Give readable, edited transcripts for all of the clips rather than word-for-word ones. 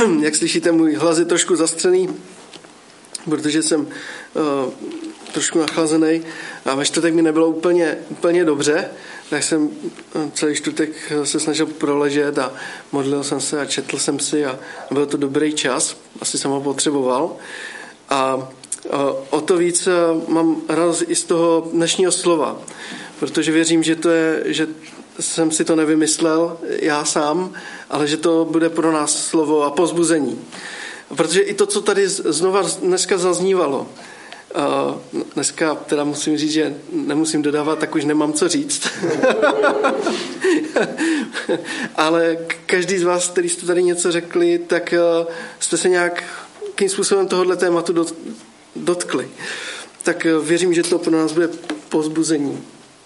Jak slyšíte, můj hlas je trošku zastřený, protože jsem trošku nachlazený a ve čtvrtek mi nebylo úplně dobře, tak jsem celý čtvrtek se snažil proležet a modlil jsem se a četl jsem si a byl to dobrý čas, asi jsem ho potřeboval. A o to víc mám radost i z toho dnešního slova, protože věřím, že jsem si to nevymyslel já sám, ale že to bude pro nás slovo a povzbuzení. Protože i to, co tady znova dneska zaznívalo, dneska teda musím říct, že nemusím dodávat, tak už nemám co říct. Ale každý z vás, který jste tady něco řekli, tak jste se nějakým způsobem tohohle tématu dotkli. Tak věřím, že to pro nás bude povzbuzení.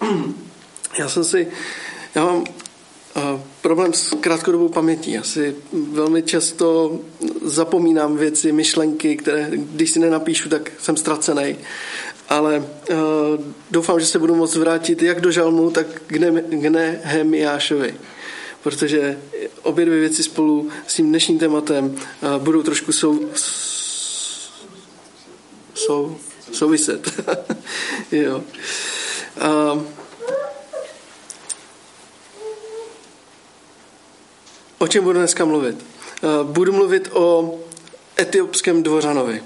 Já mám problém s krátkodobou pamětí. Asi velmi často zapomínám věci, myšlenky, které když si nenapíšu, tak jsem ztracený. Ale doufám, že se budu moct vrátit jak do žalmu, tak k Nehemiášovi. Protože obě dvě věci spolu s tím dnešním tématem budou trošku souviset. Jo. O čem budu dneska mluvit? Budu mluvit o etiopském dvořanovi.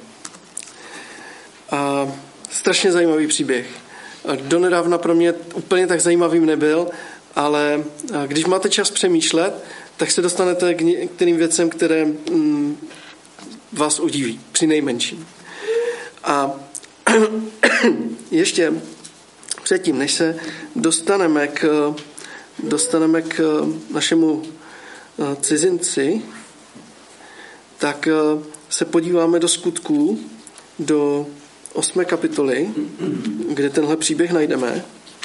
Strašně zajímavý příběh. Donedávna pro mě úplně tak zajímavým nebyl, ale když máte čas přemýšlet, tak se dostanete k některým věcem, které vás udiví, při nejmenším. A ještě předtím, než se dostaneme k našemu cizinci, tak se podíváme do Skutků, do 8. kapitoly, kde tenhle příběh najdeme.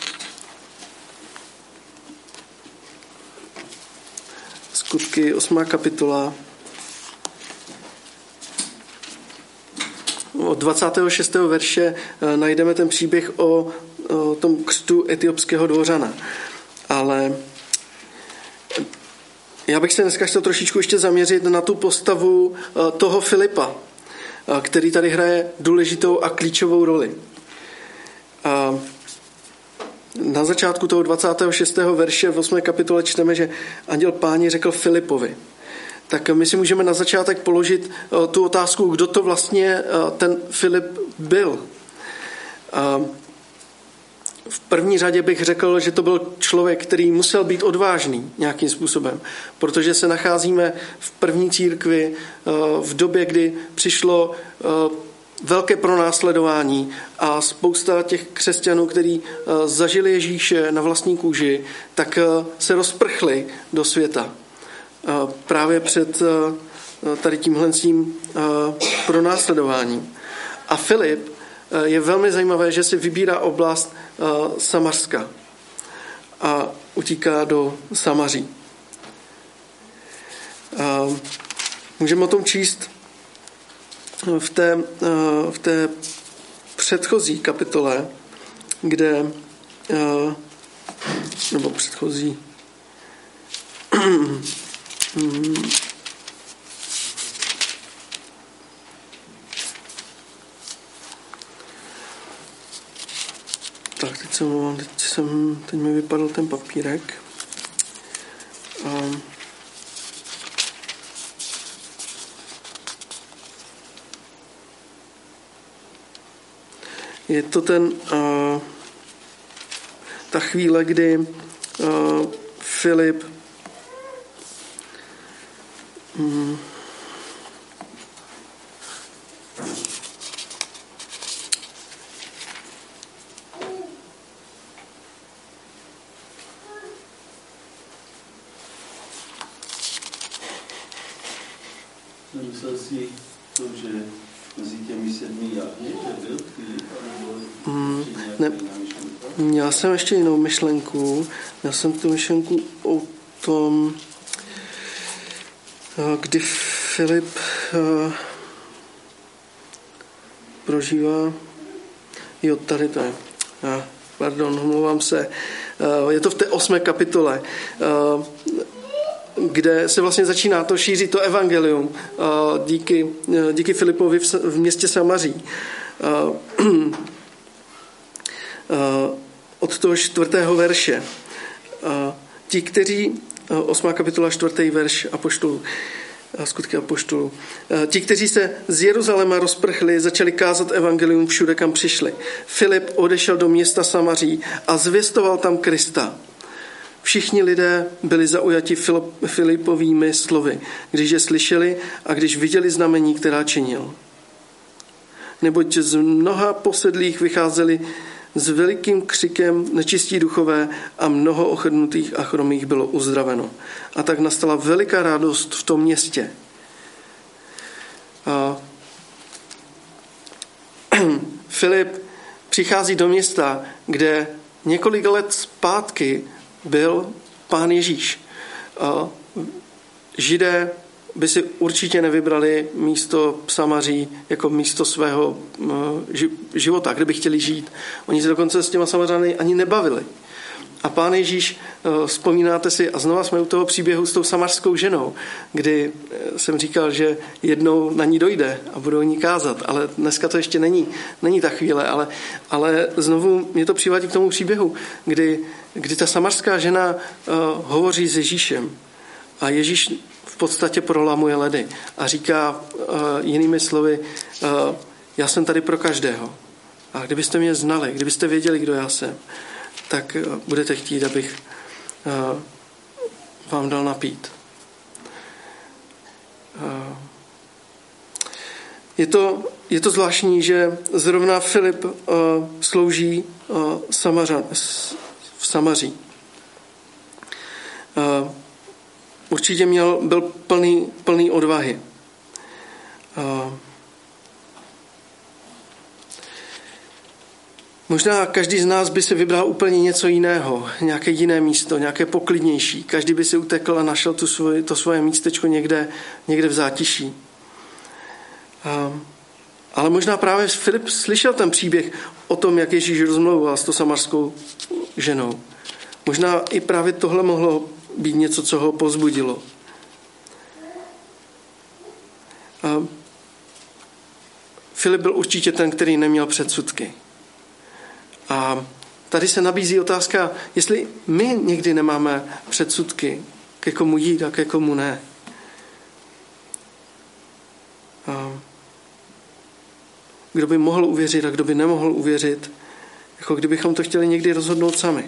Skutky, 8. kapitola, od 26. verše najdeme ten příběh o tom křtu etiopského dvořana. Ale já bych se dneska chtěl trošičku ještě zaměřit na tu postavu toho Filipa, který tady hraje důležitou a klíčovou roli. A na začátku toho 26. verše v 8. kapitole čteme, že anděl Páni řekl Filipovi. Tak my si můžeme na začátek položit tu otázku, kdo to vlastně ten Filip byl. V první řadě bych řekl, že to byl člověk, který musel být odvážný nějakým způsobem, protože se nacházíme v první církvi v době, kdy přišlo velké pronásledování a spousta těch křesťanů, kteří zažili Ježíše na vlastní kůži, tak se rozprchli do světa. Právě před tady tímhlencím pronásledováním. A Filip je velmi zajímavé, že si vybírá oblast Samarska a utíká do Samaří. Můžeme o tom číst v té předchozí kapitole, kde nebo předchozí tak, teď mi vypadl ten papírek. Je to ta chvíle, kdy Filip Myslel si to, že mezi těmi 7 jahny, že byl Filip? Ne, měl jsem ještě jinou myšlenku. Měl jsem tu myšlenku o tom, kdy Filip prožívá... Jo, tady to je. Pardon, omlouvám se. Je to v té 8. kapitole. kde se vlastně začíná to šířit to evangelium díky Filipovi v městě Samaří. Od toho 4. verše. Ti, kteří, 8. kapitola 4. verš Apoštolů, Skutky apoštolů. Ti, kteří se z Jeruzaléma rozprchli, začali kázat evangelium všude, kam přišli. Filip odešel do města Samaří a zvěstoval tam Krista. Všichni lidé byli zaujati Filipovými slovy, když je slyšeli a když viděli znamení, která činil. Neboť z mnoha posedlých vycházeli s velikým křikem nečistí duchové a mnoho ochrnutých a chromých bylo uzdraveno. A tak nastala veliká radost v tom městě. Filip přichází do města, kde několik let zpátky byl Pán Ježíš. Židé by si určitě nevybrali místo Samaří jako místo svého života, kde by chtěli žít. Oni se dokonce s těma Samařany ani nebavili. A Pán Ježíš, vzpomínáte si, a znova jsme u toho příběhu s tou samařskou ženou, kdy jsem říkal, že jednou na ní dojde a budou ní kázat, ale dneska to ještě není ta chvíle, ale znovu mě to přivádí k tomu příběhu, kdy ta samařská žena hovoří s Ježíšem a Ježíš v podstatě prolamuje ledy a říká jinými slovy, já jsem tady pro každého. A kdybyste mě znali, kdybyste věděli, kdo já jsem, tak budete chtít, abych vám dal napít. Je to zvláštní, že zrovna Filip slouží v Samaří. Určitě byl plný odvahy. Možná každý z nás by si vybral úplně něco jiného, nějaké jiné místo, nějaké poklidnější. Každý by si utekl a našel to svoje místečko někde v zátiší. Ale možná právě Filip slyšel ten příběh o tom, jak Ježíš rozmlouval s tou samarskou ženou. Možná i právě tohle mohlo být něco, co ho povzbudilo. Filip byl určitě ten, který neměl předsudky. A tady se nabízí otázka, jestli my někdy nemáme předsudky, ke komu jít a ke komu ne. Kdo by mohl uvěřit a kdo by nemohl uvěřit, jako kdybychom to chtěli někdy rozhodnout sami.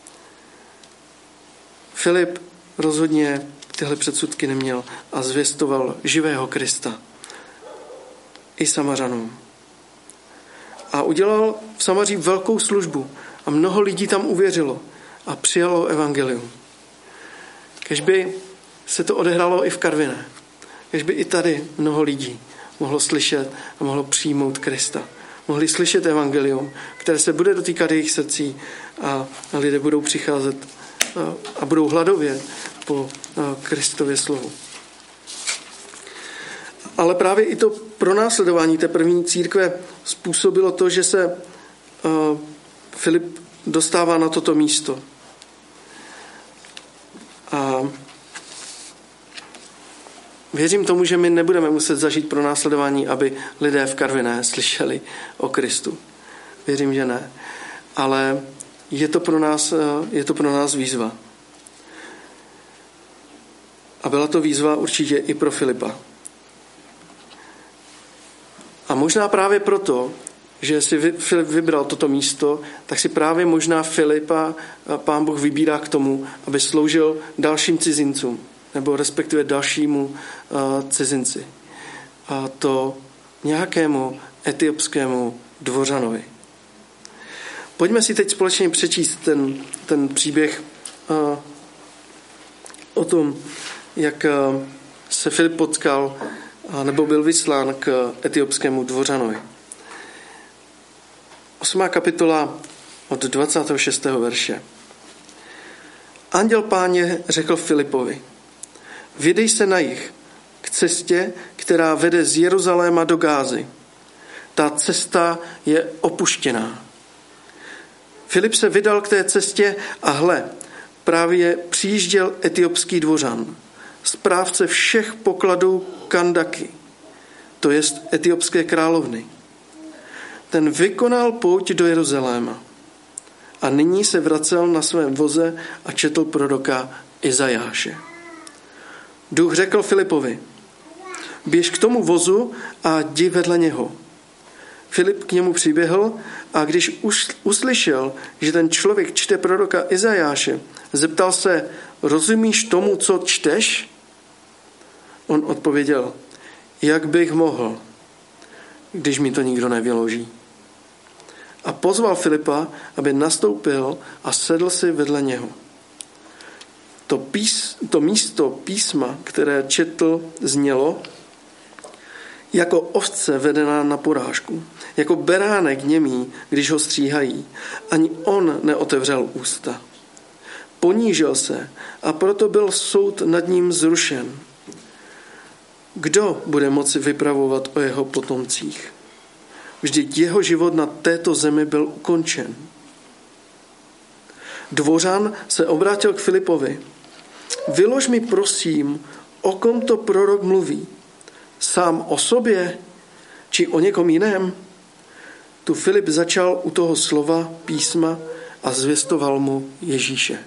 Filip rozhodně tyhle předsudky neměl a zvěstoval živého Krista i Samařanům. A udělal v Samaří velkou službu a mnoho lidí tam uvěřilo a přijalo evangelium. Kežby se to odehrálo i v Karviné. Kežby i tady mnoho lidí mohlo slyšet a mohlo přijmout Krista. Mohli slyšet evangelium, které se bude dotýkat jejich srdcí a lidé budou přicházet a budou hladovět po Kristově slovu. Ale právě i to pronásledování té první církve způsobilo to, že se Filip dostává na toto místo. A věřím tomu, že my nebudeme muset zažít pronásledování, aby lidé v Karviné slyšeli o Kristu. Věřím, že ne. Ale je to pro nás výzva. A byla to výzva určitě i pro Filipa. A možná právě proto, že si Filip vybral toto místo, tak si právě možná Filipa Pán Bůh vybírá k tomu, aby sloužil dalším cizincům, nebo respektive dalšímu cizinci. A to nějakému etiopskému dvořanovi. Pojďme si teď společně přečíst ten příběh o tom, jak se Filip potkal nebo byl vyslán k etiopskému dvořanovi. 8. kapitola od 26. verše. Anděl Páně řekl Filipovi, vydej se na jih k cestě, která vede z Jeruzaléma do Gázy. Ta cesta je opuštěná. Filip se vydal k té cestě a hle, právě přijížděl etiopský dvořan. správce všech pokladů Kandaky, to jest etiopské královny. Ten vykonal pouť do Jeruzaléma a nyní se vracel na svém voze a četl proroka Izajáše. Duch řekl Filipovi, běž k tomu vozu a jdi vedle něho. Filip k němu přiběhl a když uslyšel, že ten člověk čte proroka Izajáše, zeptal se, rozumíš tomu, co čteš? On odpověděl, jak bych mohl, když mi to nikdo nevyloží. A pozval Filipa, aby nastoupil a sedl si vedle něho. To místo písma, které četl, znělo, jako ovce vedená na porážku, jako beránek němý, když ho stříhají. Ani on neotevřel ústa. Ponížil se a proto byl soud nad ním zrušen. Kdo bude moci vypravovat o jeho potomcích? Vždyť jeho život na této zemi byl ukončen. Dvořan se obrátil k Filipovi. Vylož mi prosím, o kom to prorok mluví. Sám o sobě, či o někom jiném? Tu Filip začal u toho slova písma a zvěstoval mu Ježíše.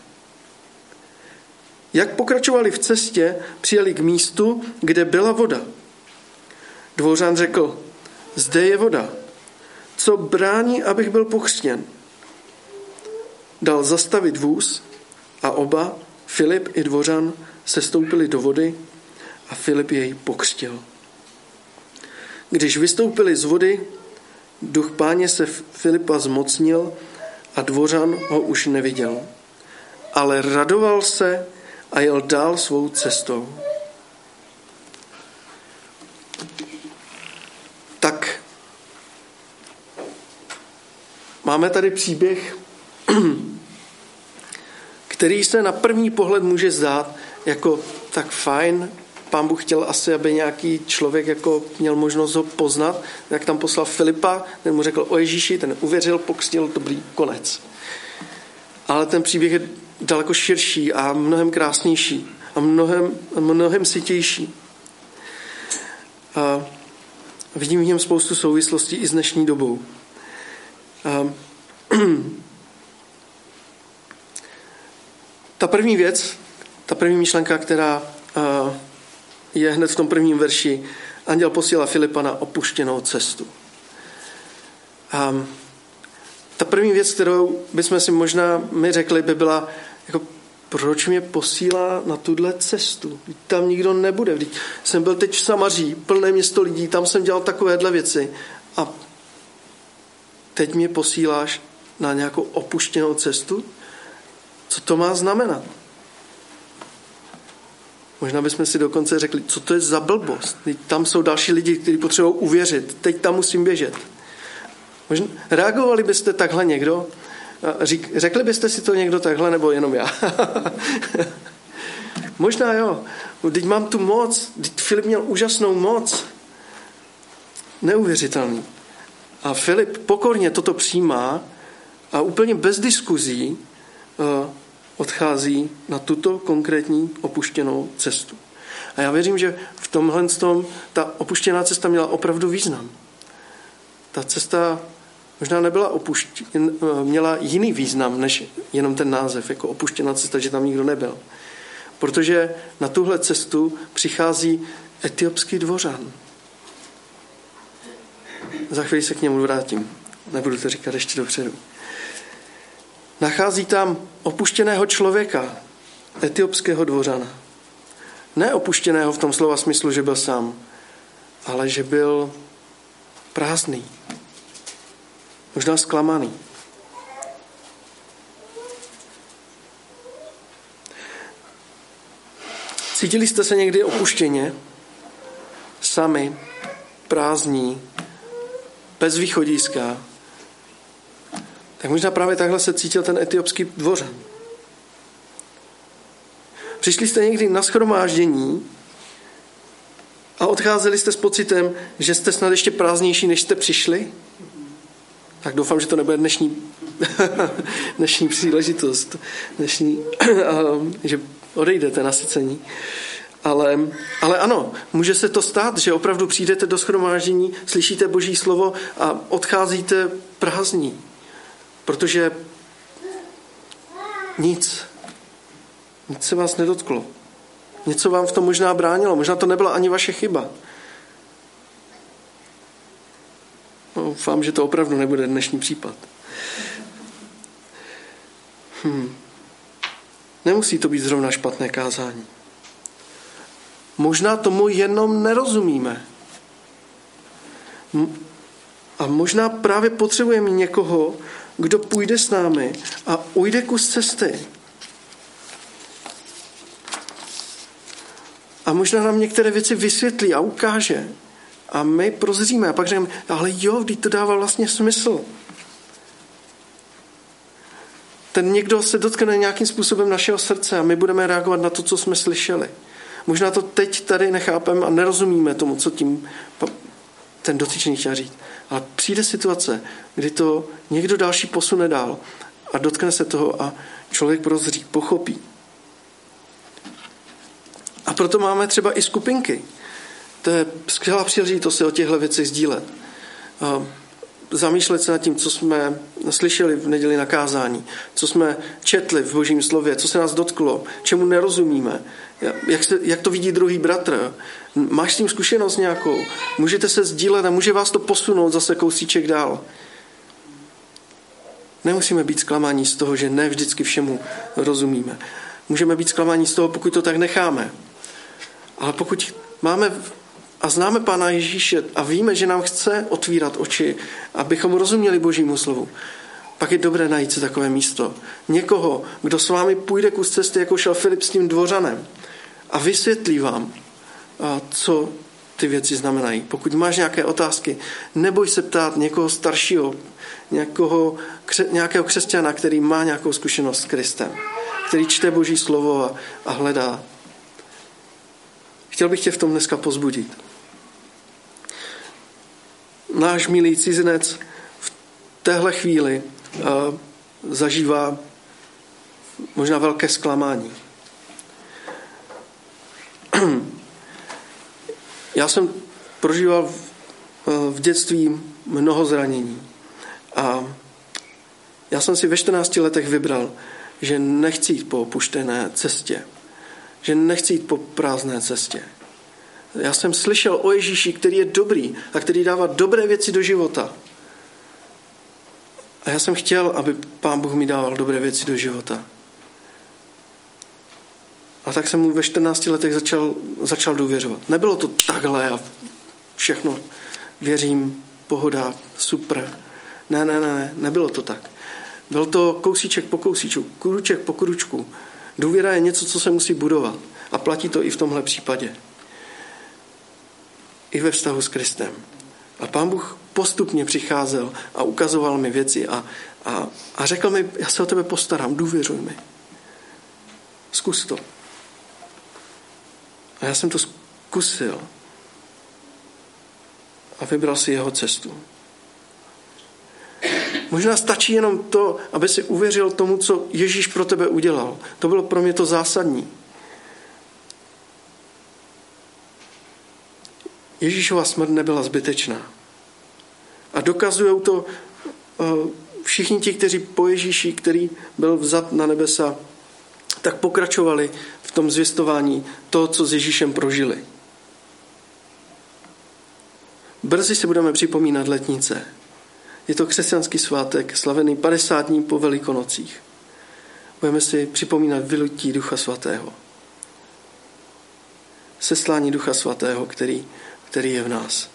Jak pokračovali v cestě, přijeli k místu, kde byla voda. Dvořan řekl, zde je voda. Co brání, abych byl pokřtěn? Dal zastavit vůz a oba, Filip i Dvořan, sestoupili do vody a Filip jej pokřtil. Když vystoupili z vody, duch Páně se Filipa zmocnil a Dvořan ho už neviděl. Ale radoval se a jel dál svou cestou. Tak, máme tady příběh, který se na první pohled může zdát jako tak fajn. Pán Bůh chtěl asi, aby nějaký člověk jako měl možnost ho poznat. Jak tam poslal Filipa, ten mu řekl o Ježíši, ten uvěřil, pokřtil, dobrý, konec. Ale ten příběh je daleko širší a mnohem krásnější a mnohem sytější. A vidím v něm spoustu souvislostí i s dnešní dobou. Ta první věc, ta první myšlenka, která je hned v tom prvním verši, anděl posílá Filipa na opuštěnou cestu. Ta první věc, kterou bychom si možná my řekli, by byla, jako, proč mě posílá na tuhle cestu? Tam nikdo nebude. Vždyť jsem byl teď v Samaří, plné město lidí, tam jsem dělal takovéhle věci a teď mě posíláš na nějakou opuštěnou cestu? Co to má znamenat? Možná bychom si dokonce řekli, co to je za blbost. Tam jsou další lidi, kteří potřebují uvěřit. Teď tam musím běžet. Možná reagovali byste takhle někdo? Řekli byste si to někdo takhle, nebo jenom já? Možná jo. Teď mám tu moc. Teď Filip měl úžasnou moc. Neuvěřitelný. A Filip pokorně toto přijímá a úplně bez diskuzí odchází na tuto konkrétní opuštěnou cestu. A já věřím, že v tomhle ta opuštěná cesta měla opravdu význam. Ta cesta možná nebyla měla jiný význam, než jenom ten název, jako opuštěná cesta, že tam nikdo nebyl. Protože na tuhle cestu přichází etiopský dvořan. Za chvíli se k němu vrátím. Nebudu to říkat ještě dopředu. Nachází tam opuštěného člověka, etiopského dvořana. Ne opuštěného v tom slova smyslu, že byl sám, ale že byl prázdný. Možná zklamaný. Cítili jste se někdy opuštěně? Sami, prázdní, bez východiska? Tak možná právě takhle se cítil ten etiopský dvořan. Přišli jste někdy na shromáždění a odcházeli jste s pocitem, že jste snad ještě prázdnější, než jste přišli? Tak doufám, že to nebude dnešní příležitost, že odejdete nasycení. Ale ano, může se to stát, že opravdu přijdete do shromáždění, slyšíte Boží slovo a odcházíte prázdní, protože nic se vás nedotklo. Něco vám v tom možná bránilo, možná to nebyla ani vaše chyba. Doufám, že to opravdu nebude dnešní případ. Nemusí to být zrovna špatné kázání. Možná tomu jenom nerozumíme. A možná právě potřebujeme někoho, kdo půjde s námi a ujde kus cesty. A možná nám některé věci vysvětlí a ukáže. A my prozříme a pak řekneme, ale jo, vždyť to dává vlastně smysl. Ten někdo se dotkne nějakým způsobem našeho srdce a my budeme reagovat na to, co jsme slyšeli. Možná to teď tady nechápeme a nerozumíme tomu, co tím ten dotyčný chtěl říct. Ale přijde situace, kdy to někdo další posune dál a dotkne se toho a člověk prozří, pochopí. A proto máme třeba i skupinky. To je skvělá příležitost se o těchto věcech sdílet. Zamýšlet se nad tím, co jsme slyšeli v neděli na kázání, co jsme četli v Božím slově, co se nás dotklo, čemu nerozumíme, jak to vidí druhý bratr. Máš s tím zkušenost nějakou? Můžete se sdílet a může vás to posunout zase kousíček dál. Nemusíme být zklamáni z toho, že ne vždycky všemu rozumíme. Můžeme být zklamáni z toho, pokud to tak necháme. Ale pokud máme a známe Pána Ježíše a víme, že nám chce otvírat oči, abychom rozuměli Božímu slovu, pak je dobré najít si takové místo. Někoho, kdo s vámi půjde kus cesty, jako šel Filip s tím dvořanem a vysvětlí vám, co ty věci znamenají. Pokud máš nějaké otázky, neboj se ptát někoho staršího, nějakého křesťana, který má nějakou zkušenost s Kristem, který čte Boží slovo a hledá. Chtěl bych tě v tom dneska pozbudit. Náš milý cizinec v téhle chvíli zažívá možná velké zklamání. Já jsem prožíval v dětství mnoho zranění a já jsem si ve 14 letech vybral, že nechci jít po opuštěné cestě, že nechci jít po prázdné cestě. Já jsem slyšel o Ježíši, který je dobrý a který dává dobré věci do života. A já jsem chtěl, aby Pán Bůh mi dával dobré věci do života. A tak jsem mu ve 14 letech začal důvěřovat. Nebylo to takhle a všechno věřím, pohoda, super. Ne, nebylo to tak. Byl to kousíček po kousíčku, kruček po kručku. Důvěra je něco, co se musí budovat. A platí to i v tomhle případě. I ve vztahu s Kristem. A Pán Bůh postupně přicházel a ukazoval mi věci a řekl mi, já se o tebe postarám, důvěřuj mi. Zkus to. A já jsem to zkusil. A vybral si jeho cestu. Možná stačí jenom to, aby si uvěřil tomu, co Ježíš pro tebe udělal. To bylo pro mě to zásadní. Ježíšova smrt nebyla zbytečná. A dokazují to všichni ti, kteří po Ježíši, který byl vzat na nebesa, tak pokračovali v tom zvěstování toho, co s Ježíšem prožili. Brzy si budeme připomínat letnice. Je to křesťanský svátek, slavený 50 dní po Velikonocích. Budeme si připomínat vylití Ducha Svatého. Seslání Ducha Svatého, který je v nás.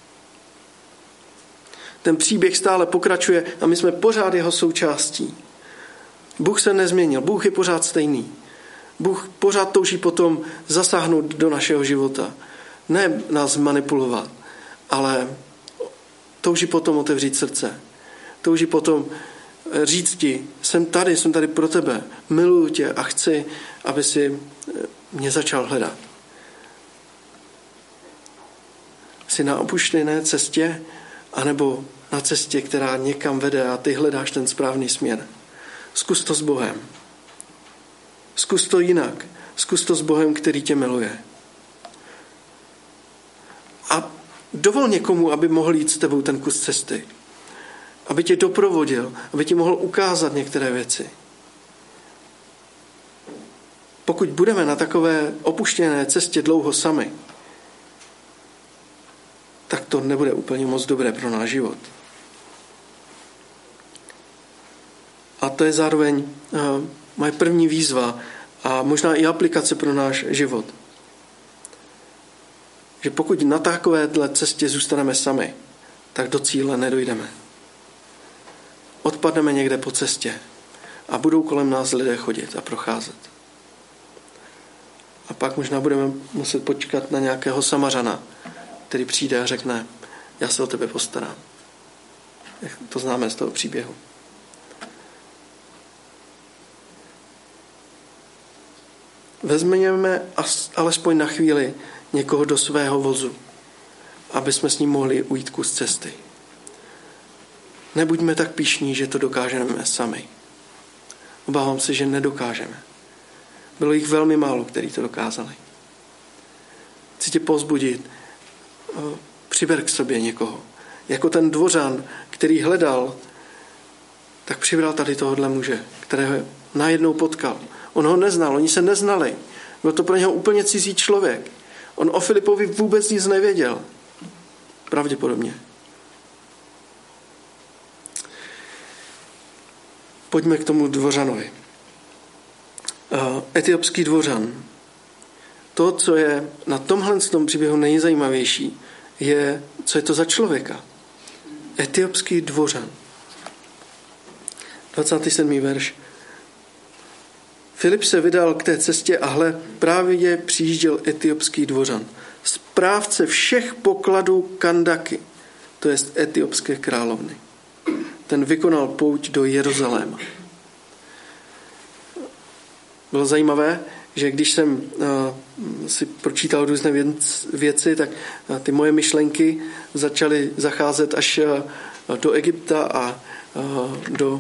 Ten příběh stále pokračuje a my jsme pořád jeho součástí. Bůh se nezměnil, Bůh je pořád stejný. Bůh pořád touží potom zasáhnout do našeho života. Ne nás manipulovat, ale touží potom otevřít srdce. Touží potom říct ti, jsem tady pro tebe, miluju tě a chci, aby si mě začal hledat. Jsi na opuštěné cestě, anebo na cestě, která někam vede a ty hledáš ten správný směr. Zkus to s Bohem. Zkus to jinak. Zkus to s Bohem, který tě miluje. dovol někomu, aby mohl jít s tebou ten kus cesty. Aby tě doprovodil, aby ti mohl ukázat některé věci. Pokud budeme na takové opuštěné cestě dlouho sami, tak to nebude úplně moc dobré pro náš život. A to je zároveň moje první výzva a možná i aplikace pro náš život. Že pokud na takovéhle cestě zůstaneme sami, tak do cíle nedojdeme. Odpadneme někde po cestě a budou kolem nás lidé chodit a procházet. A pak možná budeme muset počkat na nějakého Samařana, který přijde a řekne, já se o tebe postarám. To známe z toho příběhu. Vezměme alespoň na chvíli někoho do svého vozu, aby jsme s ním mohli ujít kus cesty. Nebuďme tak pyšní, že to dokážeme sami. Obávám se, že nedokážeme. Bylo jich velmi málo, kteří to dokázali. Chci tě povzbudit, přiber k sobě někoho. Jako ten dvořan, který hledal, tak přibral tady tohohle muže, kterého najednou potkal. On ho neznal, oni se neznali. Byl to pro něho úplně cizí člověk. On o Filipovi vůbec nic nevěděl. Pravděpodobně. Pojďme k tomu dvořanovi. Etiopský dvořan. To, co je na tomhle příběhu nejzajímavější, je, co je to za člověka. Etiopský dvořan. 27. verš. Filip se vydal k té cestě a hle, právě přijížděl etiopský dvořan. Správce všech pokladů Kandaky, to jest etiopské královny. Ten vykonal pouť do Jeruzaléma. Bylo zajímavé, že když jsem si pročítal různé věci, tak ty moje myšlenky začaly zacházet až do Egypta a do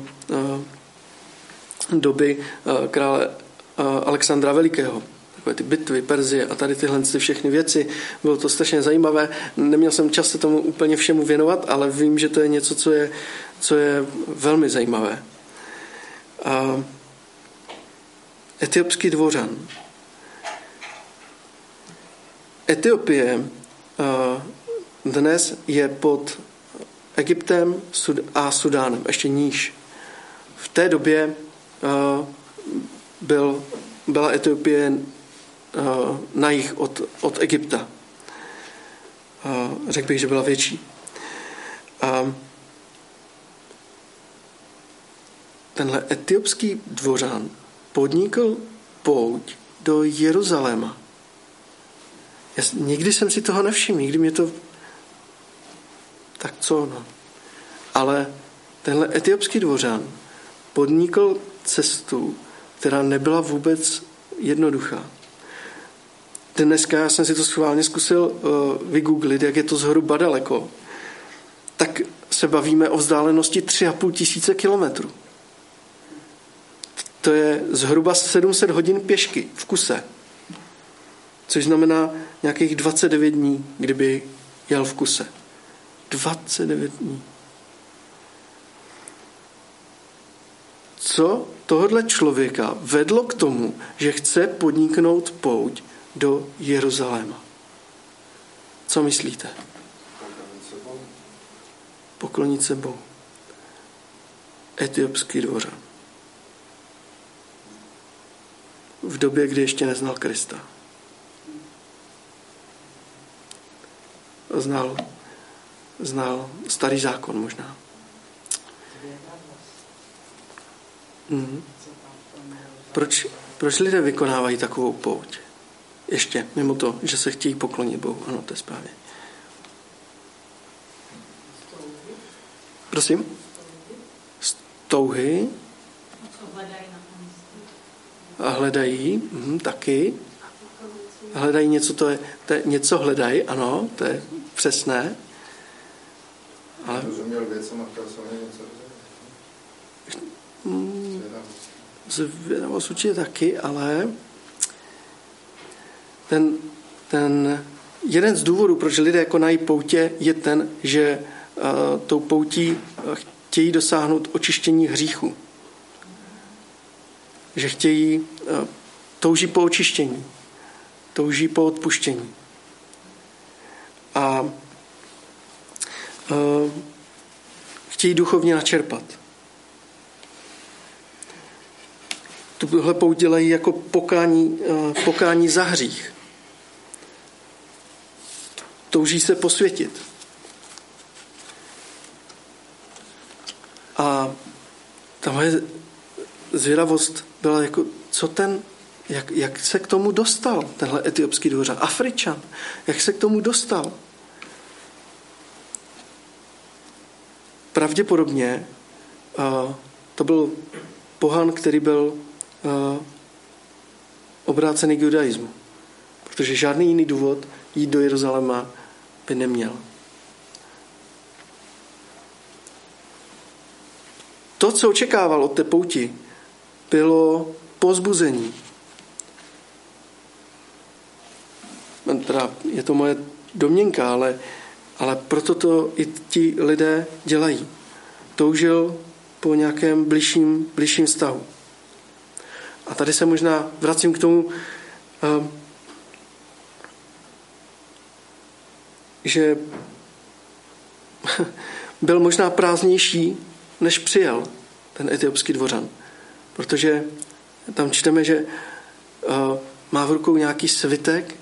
doby krále Alexandra Velikého. Takové ty bitvy, Perzie a tady tyhle všechny věci. Bylo to strašně zajímavé. Neměl jsem čas se tomu úplně všemu věnovat, ale vím, že to je něco, co je velmi zajímavé. Etiopský dvořan. Etiopie dnes je pod Egyptem a Sudánem, ještě níž. V té době byla Etiopie na jih od Egypta. Řekl bych, že byla větší. Tenhle etiopský dvořan podnikl pouť do Jeruzaléma. Nikdy jsem si toho nevšiml, nikdy mě to... Tak co, no. Ale tenhle etiopský dvořan podnikl cestu, která nebyla vůbec jednoduchá. Dneska já jsem si to schválně zkusil vygooglit, jak je to zhruba daleko. Tak se bavíme o vzdálenosti 3,5 kilometrů. To je zhruba 700 hodin pěšky v kuse. Což znamená nějakých 29 dní, kdyby jel v kuse. 29 dní. Co tohodle člověka vedlo k tomu, že chce podniknout pouť do Jeruzaléma? Co myslíte? Poklonit se Bohu. Etiopský dvořan. V době, kdy ještě neznal Krista. Znal starý zákon možná. Proč lidé vykonávají takovou pouť? Ještě, mimo to, že se chtějí poklonit Bohu. Ano, to je správně. Prosím? Z touhy. A hledají, taky. Hledají něco, to je něco hledají, ano, to je přesné. Ale... Rozuměl věcem a chtěl se o něco Zvědavost určitě taky, ale ten jeden z důvodů, proč lidé konají poutě, je ten, že tou poutí chtějí dosáhnout očištění hříchu. Že touží po očištění, touží po odpuštění. A chtějí duchovně načerpat. Tuhle pouť dělají jako pokání za hřích. Touží se posvětit. A ta moje zvědavost byla jako, jak se k tomu dostal tenhle etiopský dvořan, Afričan, jak se k tomu dostal. Pravděpodobně to byl pohan, který byl obrácený k judaismu, protože žádný jiný důvod jít do Jeruzaléma by neměl. To, co očekával od té pouti, bylo povzbuzení. Teda je to moje domněnka, ale proto to i ti lidé dělají. Toužil po nějakém bližším vztahu. A tady se možná vracím k tomu, že byl možná prázdnější, než přijel ten etiopský dvořan. Protože tam čteme, že má v rukou nějaký svitek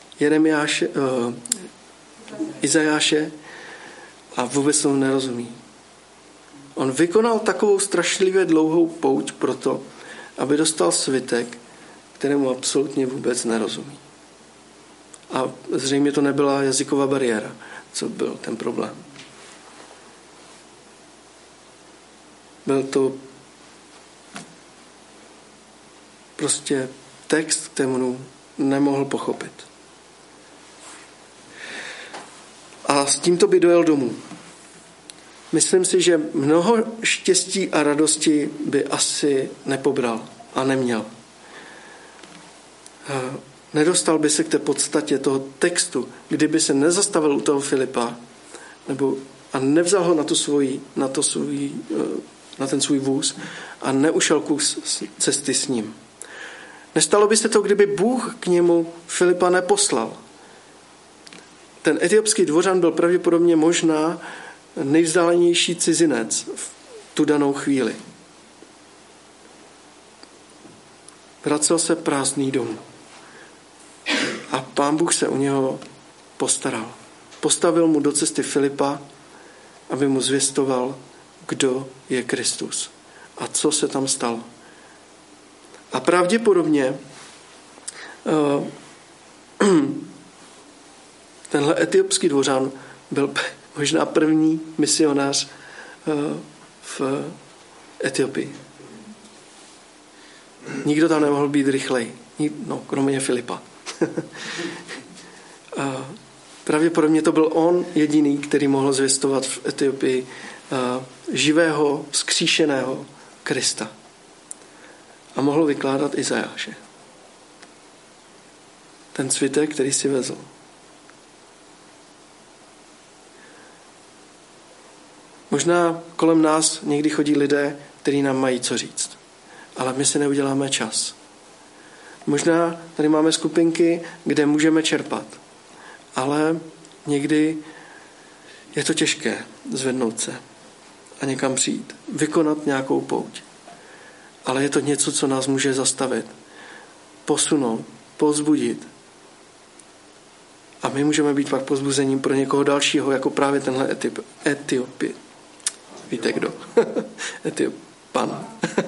Izajáše a vůbec tomu nerozumí. On vykonal takovou strašlivě dlouhou pouť proto, aby dostal svitek, kterému absolutně vůbec nerozumí. A zřejmě to nebyla jazyková bariéra, co byl ten problém. Byl to prostě text, kterému nemohl pochopit. A s tímto by dojel domů. Myslím si, že mnoho štěstí a radosti by asi nepobral a neměl. Nedostal by se k té podstatě toho textu, kdyby se nezastavil u toho Filipa a nevzal ho na ten svůj vůz a neušel kus cesty s ním. Nestalo by se to, kdyby Bůh k němu Filipa neposlal. Ten etiopský dvořan byl pravděpodobně možná nejvzdálenější cizinec v tu danou chvíli. Vracel se prázdný domů. A Pán Bůh se o něho postaral. Postavil mu do cesty Filipa, aby mu zvěstoval, kdo je Kristus a co se tam stalo. A pravděpodobně tenhle etiopský dvořan byl možná první misionář v Etiopii. Nikdo tam nemohl být rychlej, kromě Filipa. Pravděpodobně to byl on jediný, který mohl zvěstovat v Etiopii živého, vzkříšeného Krista. A mohl vykládat Izajáše. Ten svitek, který si vezl. Možná kolem nás někdy chodí lidé, kteří nám mají co říct. Ale my si neuděláme čas. Možná tady máme skupinky, kde můžeme čerpat. Ale někdy je to těžké zvednout se a někam přijít. Vykonat nějakou pouť. Ale je to něco, co nás může zastavit. Posunout, povzbudit. A my můžeme být pak povzbuzením pro někoho dalšího, jako právě tenhle Etiopii. Víte kdo? Etiopan.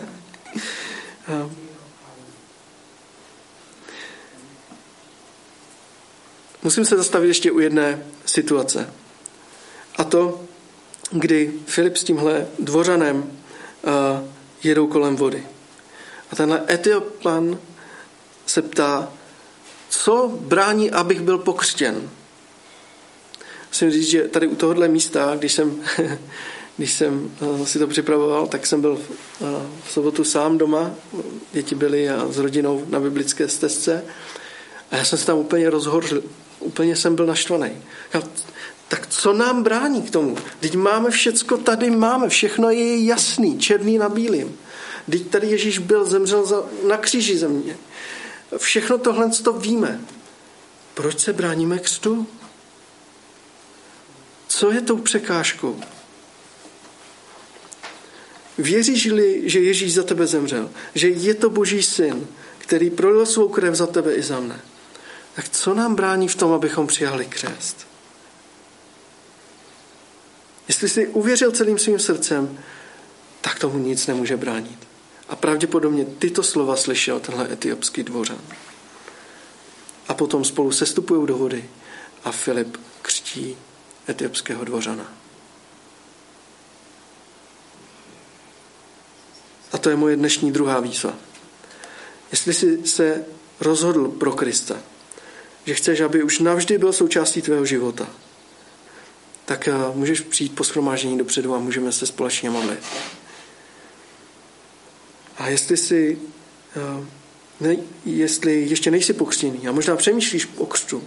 Musím se zastavit ještě u jedné situace. A to, kdy Filip s tímhle dvořanem jedou kolem vody. A tenhle Etiopan se ptá, co brání, abych byl pokřtěn? Musím říct, že tady u tohohle místa, když jsem si to připravoval, tak jsem byl v sobotu sám doma, děti byly a s rodinou na biblické stezce a já jsem se tam úplně Úplně jsem byl naštvaný. Tak co nám brání k tomu? Teď máme všecko, tady máme, všechno je jasný, černý na bílým. Teď tady Ježíš byl, zemřel na kříži za mě. Všechno tohle to víme. Proč se bráníme křtu? Co je tou překážkou? Věříš-li, že Ježíš za tebe zemřel, že je to Boží syn, který prolil svou krev za tebe i za mne, tak co nám brání v tom, abychom přijali křest? Jestli jsi uvěřil celým svým srdcem, tak tomu nic nemůže bránit. A pravděpodobně tyto slova slyšel tenhle etiopský dvořan. A potom spolu sestupují do vody a Filip křtí etiopského dvořana. A to je moje dnešní druhá výzva. Jestli jsi se rozhodl pro Krista, že chceš, aby už navždy byl součástí tvého života, tak můžeš přijít po shromáždění dopředu a můžeme se společně modlit. A jestli ještě nejsi pokřtěný a možná přemýšlíš o křtu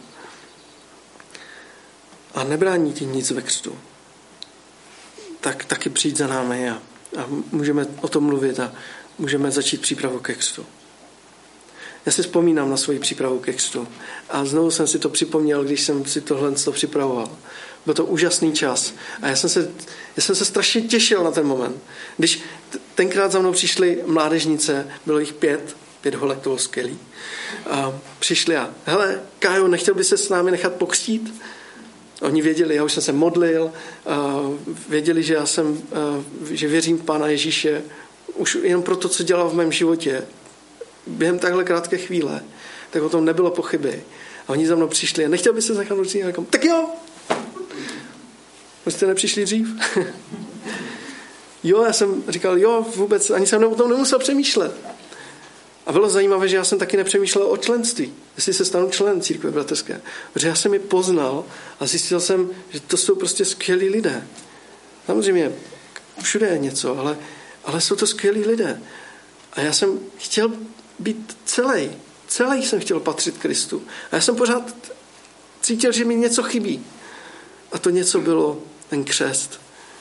a nebrání ti nic ve křtu, tak taky přijď za námi a můžeme o tom mluvit a můžeme začít přípravu ke křtu. Já si vzpomínám na svoji přípravu ke křtu a znovu jsem si to připomněl, když jsem si tohle připravoval. Byl to úžasný čas a já jsem se strašně těšil na ten moment. Když tenkrát za mnou přišly mládežnice, bylo jich 5 holek, to bylo skvělý. A přišli a hele, Kájo, nechtěl by se s námi nechat pokřtít? Oni věděli, já už jsem se modlil, věděli, že věřím v Pána Ježíše už jenom pro to, co dělal v mém životě. Během takhle krátké chvíle, tak o tom nebylo pochyby. A oni za mnou přišli a nechtěl by se nechat pokřtít? A říkám, tak jo! Už jste nepřišli dřív? Jo, já jsem říkal, jo, vůbec, ani jsem o tom nemusel přemýšlet. A bylo zajímavé, že já jsem taky nepřemýšlel o členství, jestli se stanu členem církve bratrské. Protože já jsem je poznal a zjistil jsem, že to jsou prostě skvělí lidé. Samozřejmě všude je něco, ale jsou to skvělí lidé. A já jsem chtěl být celý jsem chtěl patřit Kristu. A já jsem pořád cítil, že mi něco chybí. A to něco bylo ten křest.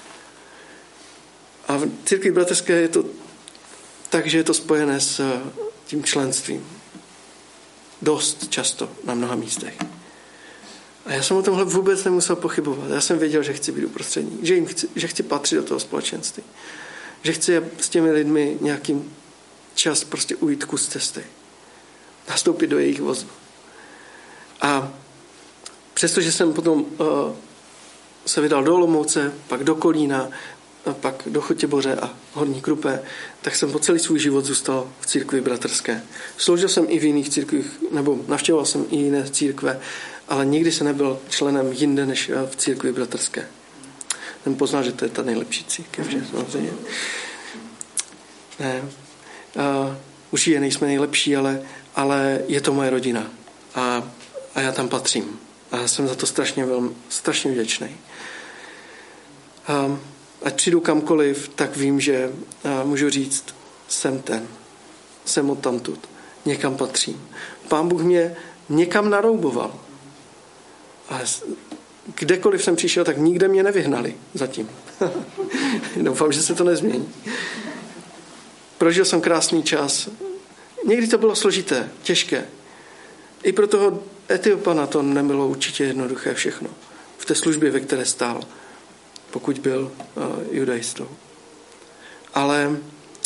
A v církvi bratrské je to tak, že je to spojené s tím členstvím. Dost často na mnoha místech. A já jsem o tomhle vůbec nemusel pochybovat. Já jsem věděl, že chci být uprostřední, že chci patřit do toho společenství. Že chci s těmi lidmi nějakým čas prostě ujít kus cesty. Nastoupit do jejich vozu. A přestože jsem potom se vydal do Olomouce, pak do Kolína, a pak do Chotěboře a Horní Krupé, tak jsem po celý svůj život zůstal v církvi bratrské. Sloužil jsem i v jiných církvích, nebo navštěvoval jsem i jiné církve, ale nikdy jsem nebyl členem jinde než v církvi bratrské. Jsem poznal, že to je ta nejlepší církev, že samozřejmě. Ne. Určitě nejsme nejlepší, ale je to moje rodina. A já tam patřím. A jsem za to strašně vděčný. Ať přijdu kamkoliv, tak vím, že můžu říct, jsem odtamtud, někam patřím. Pán Bůh mě někam narouboval. A kdekoliv jsem přišel, tak nikde mě nevyhnali zatím. Doufám, že se to nezmění. Prožil jsem krásný čas. Někdy to bylo složité, těžké. I pro toho Etiopana to nebylo určitě jednoduché všechno. V té službě, ve které stál, pokud byl judaistou. Ale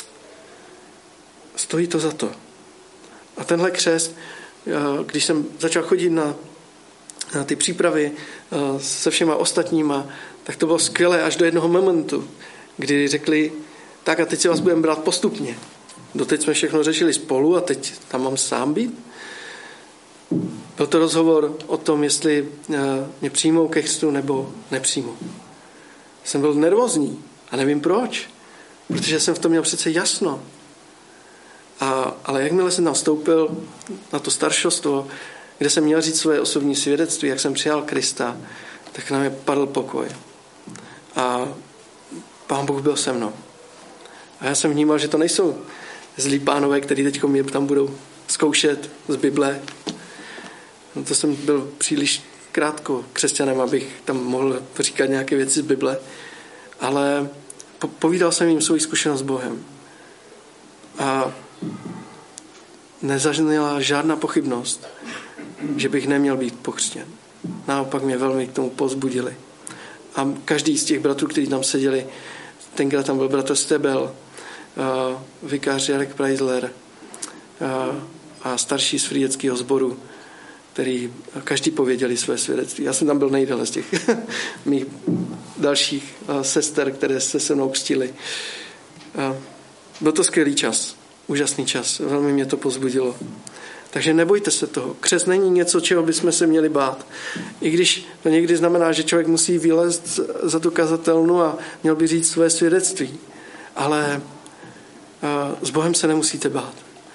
stojí to za to. A tenhle křest, když jsem začal chodit na ty přípravy se všema ostatníma, tak to bylo skvělé až do jednoho momentu, kdy řekli, tak a teď si vás budeme brát postupně. Doteď jsme všechno řešili spolu a teď tam mám sám být. Byl to rozhovor o tom, jestli mě přijmou ke křtu nebo nepřijmou. Jsem byl nervózní a nevím proč, protože jsem v tom měl přece jasno. Ale jakmile jsem tam vstoupil na to staršostvo, kde jsem měl říct svoje osobní svědectví, jak jsem přijal Krista, tak na mě padl pokoj. A Pán Bůh byl se mnou. A já jsem vnímal, že to nejsou zlí pánové, kteří teď mě tam budou zkoušet z Bible, No to jsem byl příliš krátko křesťanem, abych tam mohl říkat nějaké věci z Bible, ale povídal jsem jim svou zkušenost s Bohem. A nezazněla žádná pochybnost, že bych neměl být pokřtěn. Naopak mě velmi k tomu povzbudili. A každý z těch bratrů, kteří tam seděli, tenkrát tam byl bratr Stebel, vikář Jarek Preisler a starší z frýdeckého sboru, který každý pověděli své svědectví. Já jsem tam byl nejdéle z těch mých dalších sester, které se mnou křtily. Byl to skvělý čas, úžasný čas, velmi mě to povzbudilo. Takže nebojte se toho. Křest není něco, čeho bychom se měli bát. I když to někdy znamená, že člověk musí vylézt za tu kazatelnu a měl by říct své svědectví. Ale s Bohem se nemusíte bát.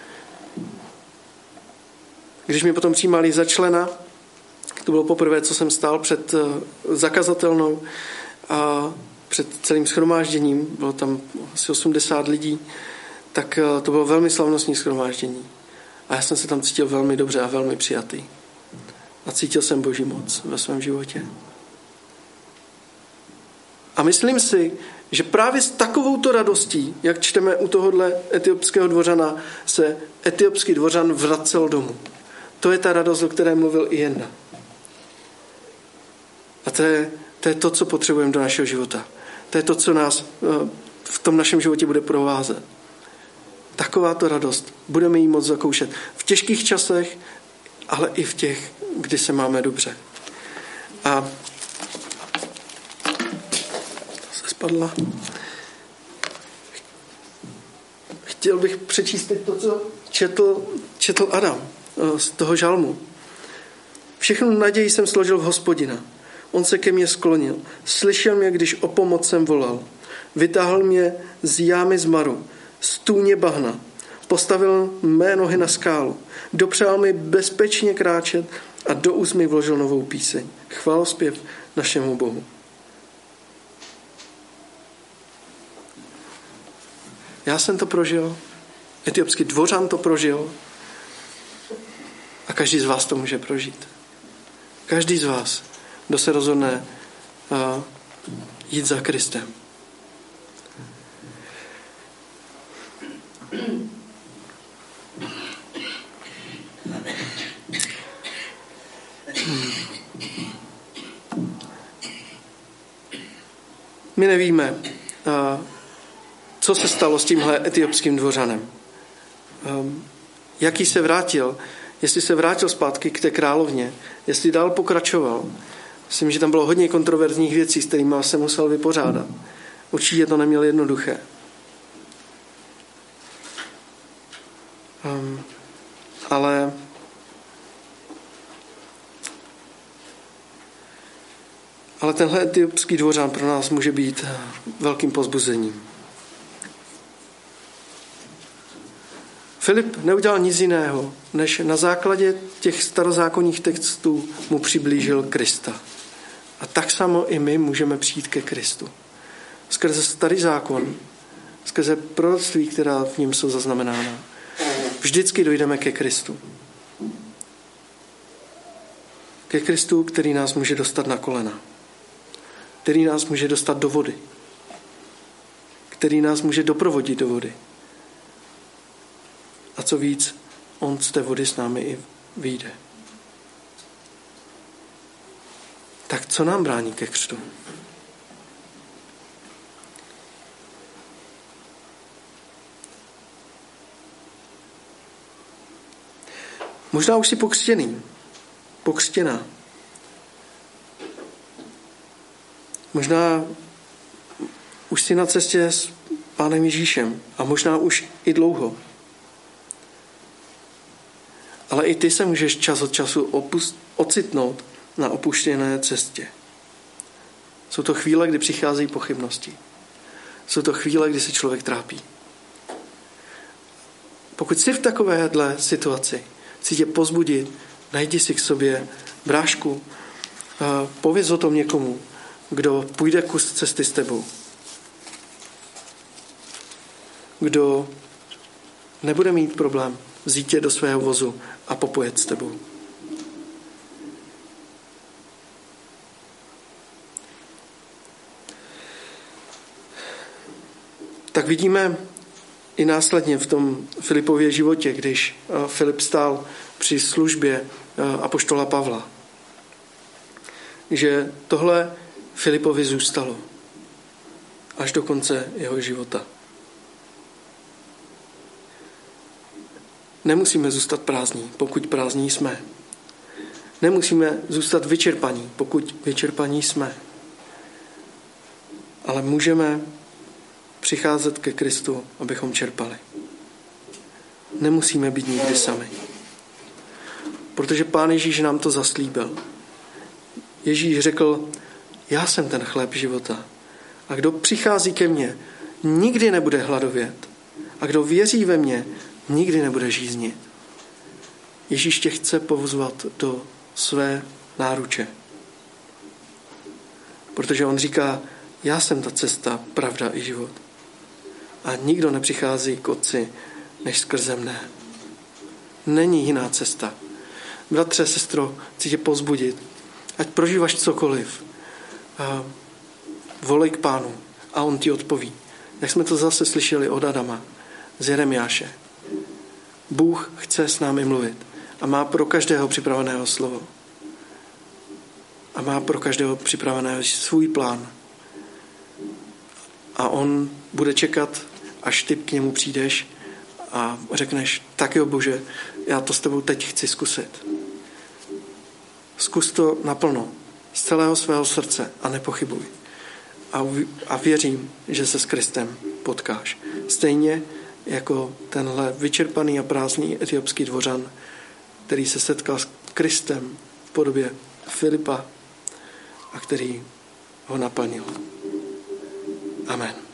Když mě potom přijímali za člena, to bylo poprvé, co jsem stál před zakazatelnou a před celým shromážděním, bylo tam asi 80 lidí, tak to bylo velmi slavnostní shromáždění. A já jsem se tam cítil velmi dobře a velmi přijatý. A cítil jsem Boží moc ve svém životě. A myslím si, že právě s takovouto radostí, jak čteme u tohohle etiopského dvořana, se etiopský dvořan vracel domů. To je ta radost, o které mluvil i Jenda. A to je to, co potřebujeme do našeho života. To je to, co nás v tom našem životě bude provázet. Takováto radost. Budeme jí moc zakoušet. V těžkých časech, ale i v těch, kdy se máme dobře. A se spadla. Chtěl bych přečíst teď to, co četl Adam z toho žalmu. Všechnu naději jsem složil v Hospodina. On se ke mně sklonil. Slyšel mě, když o pomoc jsem volal. Vytáhl mě z jámy zmaru, z tůně bahna. Postavil mé nohy na skálu. Dopřál mi bezpečně kráčet a do úst mi vložil novou píseň. Chválospěv našemu Bohu. Já jsem to prožil. Etiopský dvořan to prožil. A každý z vás to může prožít. Každý z vás, kdo se rozhodne jít za Kristem. My nevíme, co se stalo s tímhle etiopským dvořanem. Jaký se vrátil, jestli se vrátil zpátky k té královně, jestli dál pokračoval. Myslím, že tam bylo hodně kontroverzních věcí, s kterými se musel vypořádat. Určitě to neměl jednoduché. Ale tenhle etiopský dvořan pro nás může být velkým povzbuzením. Filip neudělal nic jiného, než na základě těch starozákonních textů mu přiblížil Krista. A tak samo i my můžeme přijít ke Kristu. Skrze starý zákon, skrze proroctví, která v něm jsou zaznamenána. Vždycky dojdeme ke Kristu. Ke Kristu, který nás může dostat na kolena. Který nás může dostat do vody. Který nás může doprovodit do vody. A co víc, on z té vody s námi i vyjde. Tak co nám brání ke křtu? Možná už jsi pokřtěný, pokřtěná. Možná už jsi na cestě s Pánem Ježíšem a možná už i dlouho. Ale i ty se můžeš čas od času ocitnout na opuštěné cestě. Jsou to chvíle, kdy přicházejí pochybnosti. Jsou to chvíle, kdy se člověk trápí. Pokud jsi v takovéhle situaci, chci tě povzbudit, najdi si k sobě brášku, pověz o tom někomu, kdo půjde kus cesty s tebou. Kdo nebude mít problém vzít tě do svého vozu a popojet s tebou. tak vidíme i následně v tom Filipově životě, když Filip stál při službě apoštola Pavla, že tohle Filipovi zůstalo až do konce jeho života. Nemusíme zůstat prázdní, pokud prázdní jsme. Nemusíme zůstat vyčerpaní, pokud vyčerpaní jsme. Ale můžeme přicházet ke Kristu, abychom čerpali. Nemusíme být nikdy sami. Protože Pán Ježíš nám to zaslíbil. Ježíš řekl, já jsem ten chléb života. A kdo přichází ke mně, nikdy nebude hladovět. A kdo věří ve mě, nikdy nebude žíznit. Ježíš tě chce povzvat do své náruče. Protože on říká, já jsem ta cesta, pravda i život. A nikdo nepřichází k Otci, než skrze mne. Není jiná cesta. Bratře, sestro, chci tě povzbudit. Ať prožíváš cokoliv. Volej k Pánu a on ti odpoví. Jak jsme to zase slyšeli od Adama z Jeremiáše. Bůh chce s námi mluvit a má pro každého připraveného slovo. A má pro každého připraveného svůj plán. A on bude čekat, až ty k němu přijdeš a řekneš, tak jo Bože, já to s tebou teď chci zkusit. Zkus to naplno, z celého svého srdce a nepochybuj. A věřím, že se s Kristem potkáš. Stejně jako tenhle vyčerpaný a prázdný etiopský dvořan, který se setkal s Kristem v podobě Filipa a který ho naplnil. Amen.